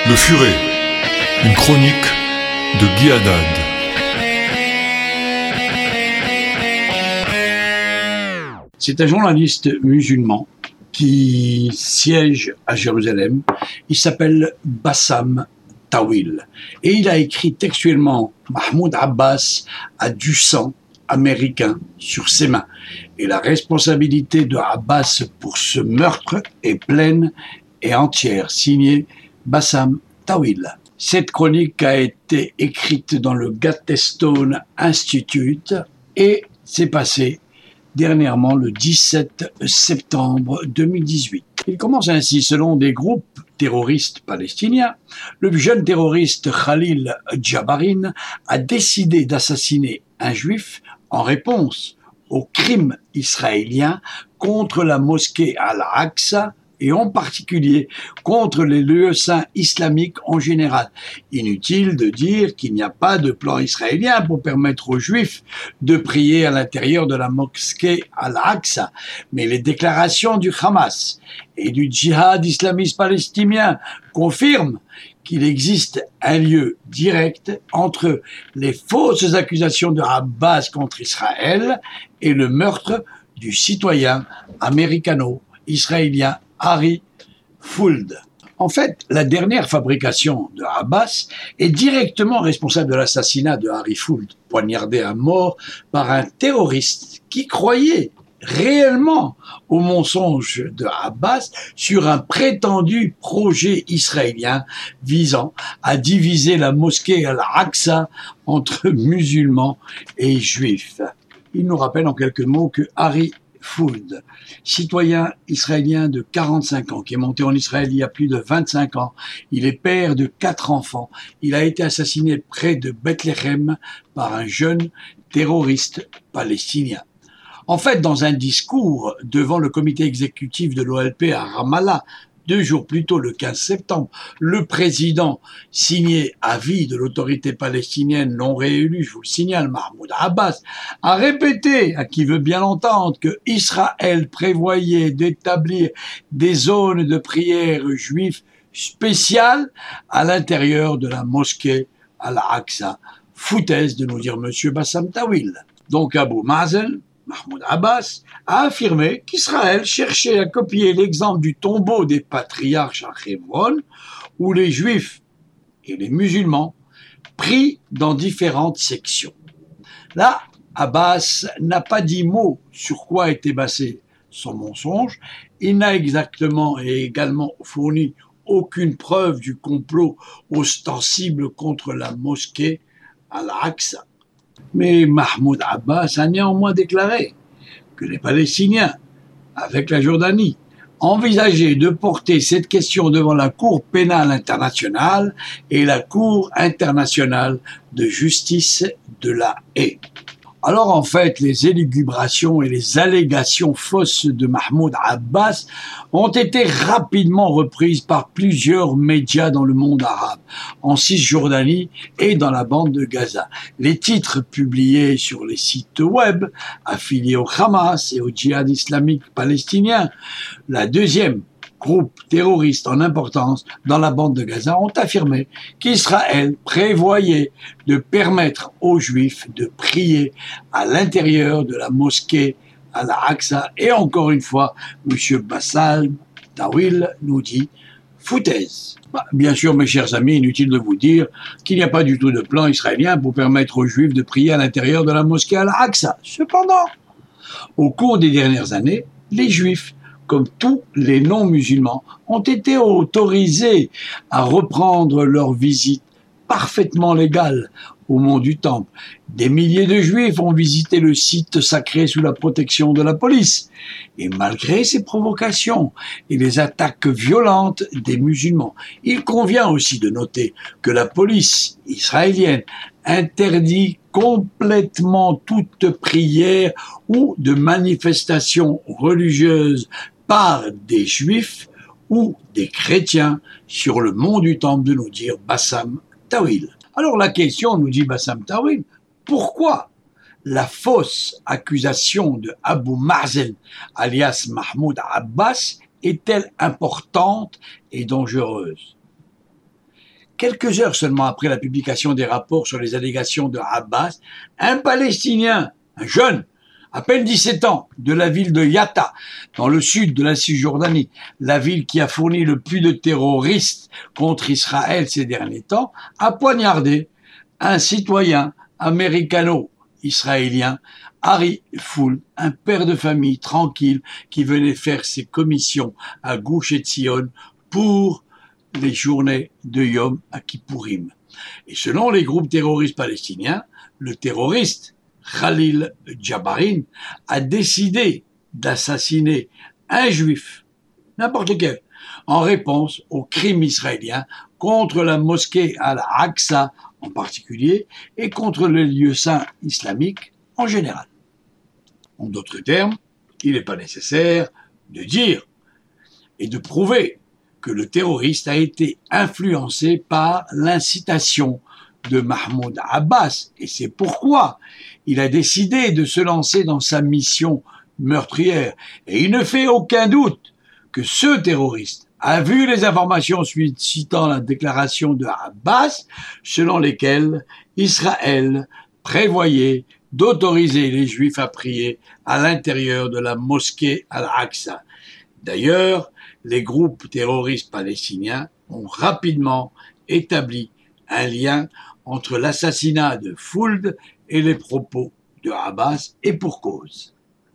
Le Furet, une chronique de Guy Haddad. C'est un journaliste musulman qui siège à Jérusalem. Il s'appelle Bassam Tawil. Et il a écrit textuellement « Mahmoud Abbas a du sang américain sur ses mains. Et la responsabilité de Abbas pour ce meurtre est pleine et entière. » Signé Bassam Tawil. Cette chronique a été écrite dans le Gattestone Institute et s'est passée dernièrement le 17 septembre 2018. Il commence ainsi: selon des groupes terroristes palestiniens, le jeune terroriste Khalil Jabarin a décidé d'assassiner un juif en réponse aux crimes israéliens contre la mosquée Al-Aqsa et en particulier contre les lieux saints islamiques en général. Inutile de dire qu'il n'y a pas de plan israélien pour permettre aux Juifs de prier à l'intérieur de la mosquée Al-Aqsa, mais les déclarations du Hamas et du djihad islamiste palestinien confirment qu'il existe un lieu direct entre les fausses accusations de Abbas contre Israël et le meurtre du citoyen américano-israélien Harry Fuld. En fait, la dernière fabrication de Abbas est directement responsable de l'assassinat de Harry Fuld, poignardé à mort par un terroriste qui croyait réellement au mensonge de Abbas sur un prétendu projet israélien visant à diviser la mosquée Al-Aqsa entre musulmans et juifs. Il nous rappelle en quelques mots que Harry Fuld, citoyen israélien de 45 ans, qui est monté en Israël il y a plus de 25 ans. Il est père de 4 enfants. Il a été assassiné près de Bethléem par un jeune terroriste palestinien. En fait, dans un discours devant le comité exécutif de l'OLP à Ramallah, 2 jours plus tôt, le 15 septembre, le président, signé à vie de l'autorité palestinienne non réélue, je vous le signale, Mahmoud Abbas, a répété, à qui veut bien l'entendre, que Israël prévoyait d'établir des zones de prière juives spéciales à l'intérieur de la mosquée Al-Aqsa. Foutaise de nous dire monsieur Bassam Tawil. Donc Abou Mazen, Mahmoud Abbas, a affirmé qu'Israël cherchait à copier l'exemple du tombeau des patriarches à Hebron, où les juifs et les musulmans prient dans différentes sections. Là, Abbas n'a pas dit mot sur quoi était basé son mensonge. Il n'a exactement et également fourni aucune preuve du complot ostensible contre la mosquée Al-Aqsa. Mais Mahmoud Abbas a néanmoins déclaré que les Palestiniens, avec la Jordanie, envisageaient de porter cette question devant la Cour pénale internationale et la Cour internationale de justice de la Haye. Alors en fait, les élucubrations et les allégations fausses de Mahmoud Abbas ont été rapidement reprises par plusieurs médias dans le monde arabe, en Cisjordanie et dans la bande de Gaza. Les titres publiés sur les sites web affiliés au Hamas et au djihad islamique palestinien, la deuxième groupe terroriste en importance dans la bande de Gaza, ont affirmé qu'Israël prévoyait de permettre aux Juifs de prier à l'intérieur de la mosquée Al-Aqsa. Et encore une fois, M. Bassam Tawil nous dit foutaise. Bien sûr, mes chers amis, inutile de vous dire qu'il n'y a pas du tout de plan israélien pour permettre aux Juifs de prier à l'intérieur de la mosquée Al-Aqsa. Cependant, au cours des dernières années, les Juifs, comme tous les non-musulmans, ont été autorisés à reprendre leur visite parfaitement légale au mont du Temple. Des milliers de Juifs ont visité le site sacré sous la protection de la police. Et malgré ces provocations et les attaques violentes des musulmans, il convient aussi de noter que la police israélienne interdit complètement toute prière ou de manifestation religieuse par des Juifs ou des chrétiens sur le mont du Temple, de nous dire Bassam Tawil. Alors la question, nous dit Bassam Tawil, pourquoi la fausse accusation de Abou Mazen, alias Mahmoud Abbas, est-elle importante et dangereuse? Quelques heures seulement après la publication des rapports sur les allégations de Abbas, un Palestinien, un jeune, à peine 17 ans, de la ville de Yatta, dans le sud de la Cisjordanie, la ville qui a fourni le plus de terroristes contre Israël ces derniers temps, a poignardé un citoyen américano-israélien, Harry Fould, un père de famille tranquille qui venait faire ses commissions à Gush Etzion pour les journées de Yom Kippourim. Et selon les groupes terroristes palestiniens, le terroriste Khalil Jabarin a décidé d'assassiner un juif, n'importe lequel, en réponse aux crimes israéliens contre la mosquée Al-Aqsa en particulier et contre les lieux saints islamiques en général. En d'autres termes, il n'est pas nécessaire de dire et de prouver que le terroriste a été influencé par l'incitation de Mahmoud Abbas, et c'est pourquoi il a décidé de se lancer dans sa mission meurtrière. Et il ne fait aucun doute que ce terroriste a vu les informations citant la déclaration de Abbas, selon lesquelles Israël prévoyait d'autoriser les Juifs à prier à l'intérieur de la mosquée Al-Aqsa. D'ailleurs, les groupes terroristes palestiniens ont rapidement établi un lien entre l'assassinat de Fould et les propos de Abbas, et pour cause.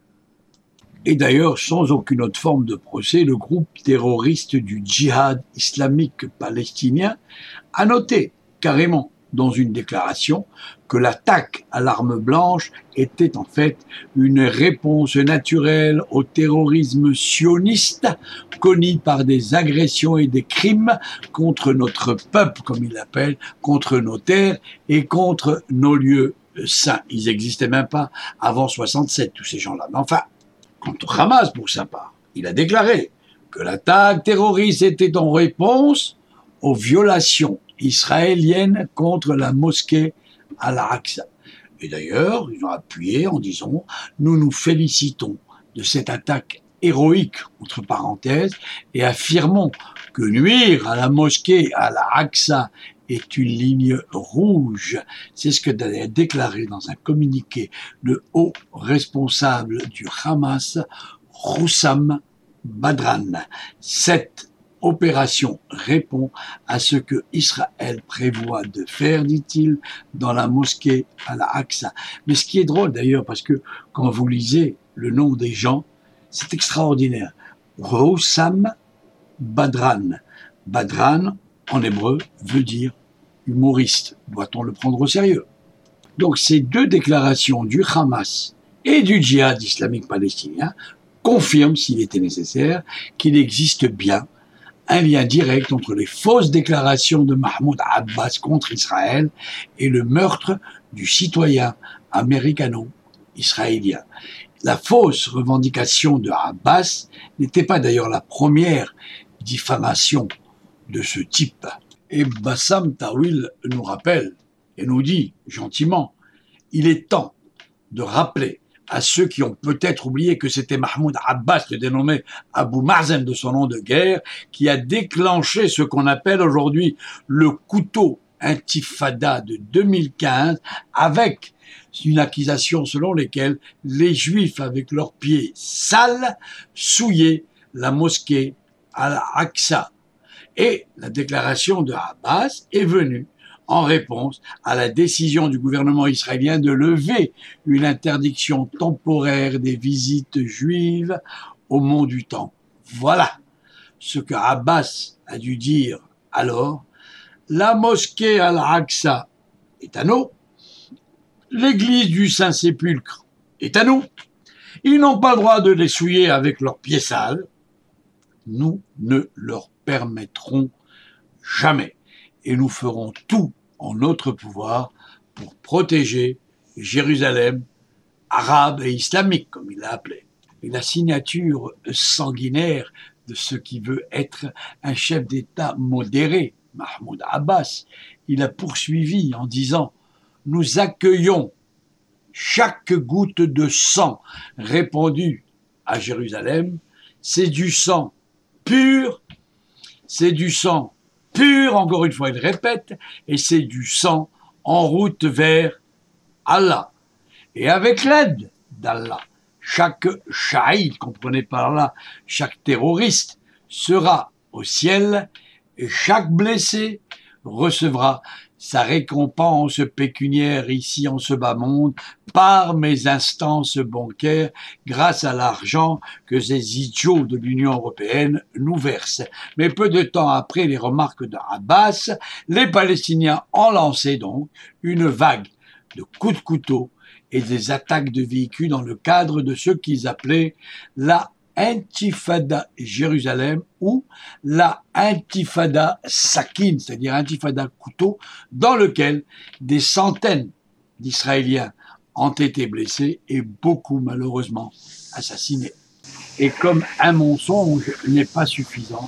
Et d'ailleurs, sans aucune autre forme de procès, le groupe terroriste du djihad islamique palestinien a noté carrément dans une déclaration que l'attaque à l'arme blanche était en fait une réponse naturelle au terrorisme sioniste connu par des agressions et des crimes contre notre peuple, comme il l'appelle, contre nos terres et contre nos lieux saints. Ils n'existaient même pas avant 67, tous ces gens-là. Mais enfin, quant au Hamas, pour sa part, il a déclaré que l'attaque terroriste était en réponse aux violations israéliennes contre la mosquée Al-Aqsa. Et d'ailleurs, ils ont appuyé en disant « Nous nous félicitons de cette attaque héroïque, entre parenthèses, et affirmons que nuire à la mosquée Al-Aqsa est une ligne rouge ». C'est ce que a déclaré dans un communiqué le haut responsable du Hamas, Roussam Badran. Cette opération répond à ce que Israël prévoit de faire, dit-il, dans la mosquée Al-Aqsa. Mais ce qui est drôle d'ailleurs, parce que quand vous lisez le nom des gens, c'est extraordinaire. Roussam Badran. Badran, en hébreu, veut dire humoriste. Doit-on le prendre au sérieux? Donc ces deux déclarations du Hamas et du djihad islamique palestinien confirment, s'il était nécessaire, qu'il existe bien un lien direct entre les fausses déclarations de Mahmoud Abbas contre Israël et le meurtre du citoyen américano-israélien. La fausse revendication de Abbas n'était pas d'ailleurs la première diffamation de ce type. Et Bassam Tawil nous rappelle et nous dit gentiment, il est temps de rappeler à ceux qui ont peut-être oublié que c'était Mahmoud Abbas, le dénommé Abu Mazen de son nom de guerre, qui a déclenché ce qu'on appelle aujourd'hui le couteau intifada de 2015, avec une accusation selon laquelle les Juifs, avec leurs pieds sales, souillaient la mosquée Al-Aqsa. Et la déclaration de Abbas est venue en réponse à la décision du gouvernement israélien de lever une interdiction temporaire des visites juives au mont du Temple. Voilà ce que Abbas a dû dire alors. La mosquée Al-Aqsa est à nous. L'église du Saint-Sépulcre est à nous. Ils n'ont pas le droit de les souiller avec leurs pieds sales. Nous ne leur permettrons jamais. Et nous ferons tout en notre pouvoir pour protéger Jérusalem arabe et islamique, comme il l'a appelé. Et la signature sanguinaire de ce qui veut être un chef d'État modéré, Mahmoud Abbas, il a poursuivi en disant « Nous accueillons chaque goutte de sang répandue à Jérusalem, c'est du sang pur, c'est du sang pur, encore une fois il répète, et c'est du sang en route vers Allah. Et avec l'aide d'Allah, chaque shahid, comprenez par là, chaque terroriste sera au ciel et chaque blessé recevra sa récompense pécuniaire ici en ce bas monde par mes instances bancaires grâce à l'argent que ces idiots de l'Union européenne nous versent. Mais peu de temps après les remarques de Abbas, les Palestiniens ont lancé donc une vague de coups de couteau et des attaques de véhicules dans le cadre de ce qu'ils appelaient la Intifada Jérusalem ou la Intifada Sakin, c'est-à-dire Intifada couteau, dans lequel des centaines d'Israéliens ont été blessés et beaucoup malheureusement assassinés. Et comme un mensonge n'est pas suffisant,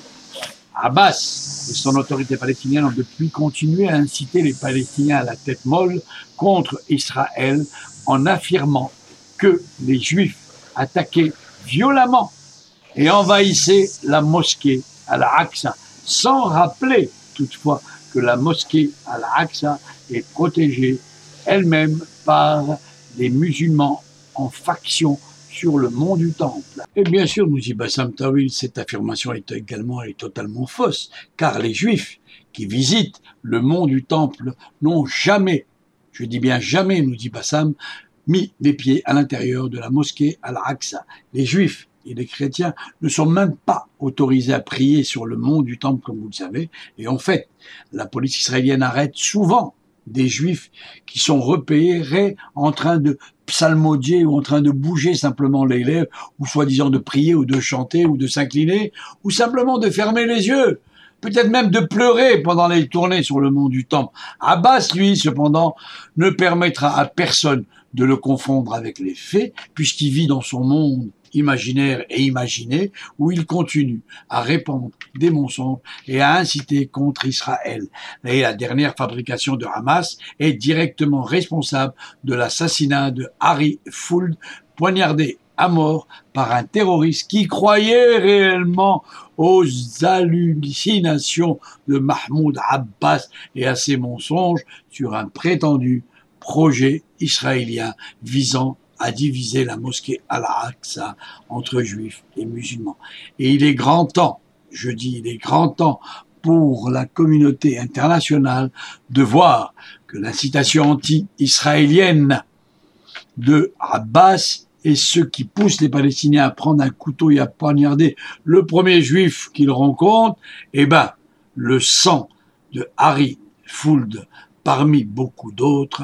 Abbas et son autorité palestinienne ont depuis continué à inciter les Palestiniens à la tête molle contre Israël en affirmant que les Juifs attaquaient violemment et envahissaient la mosquée Al-Aqsa, sans rappeler toutefois que la mosquée Al-Aqsa est protégée elle-même par des musulmans en faction sur le mont du Temple. Et bien sûr, nous dit Bassam Tawil, cette affirmation est totalement fausse, car les Juifs qui visitent le mont du Temple n'ont jamais, je dis bien jamais, nous dit Bassam, mis les pieds à l'intérieur de la mosquée Al-Aqsa. Les Juifs et les chrétiens ne sont même pas autorisés à prier sur le mont du Temple, comme vous le savez. Et en fait, la police israélienne arrête souvent des Juifs qui sont repérés en train de psalmodier ou en train de bouger simplement les lèvres, ou soi-disant de prier ou de chanter ou de s'incliner, ou simplement de fermer les yeux, peut-être même de pleurer pendant les tournées sur le mont du Temple. Abbas, lui, cependant, ne permettra à personne de le confondre avec les faits, puisqu'il vit dans son monde imaginaire et imaginé, où il continue à répandre des mensonges et à inciter contre Israël. Et la dernière fabrication de Hamas est directement responsable de l'assassinat de Harry Fould, poignardé à mort par un terroriste qui croyait réellement aux hallucinations de Mahmoud Abbas et à ses mensonges sur un prétendu projet israélien visant à diviser la mosquée Al-Aqsa entre juifs et musulmans. Et il est grand temps, je dis il est grand temps pour la communauté internationale de voir que l'incitation anti-israélienne de Abbas et ceux qui poussent les Palestiniens à prendre un couteau et à poignarder le premier juif qu'ils rencontrent, le sang de Harry Fould, parmi beaucoup d'autres,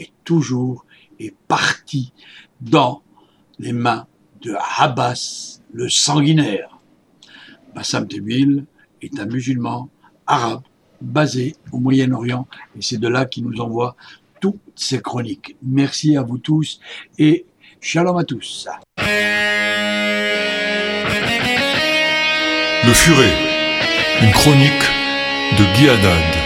est parti dans les mains de Abbas, le sanguinaire. Bassam Tawil est un musulman arabe basé au Moyen-Orient et c'est de là qu'il nous envoie toutes ces chroniques. Merci à vous tous et shalom à tous. Le Furet, une chronique de Guy Haddad.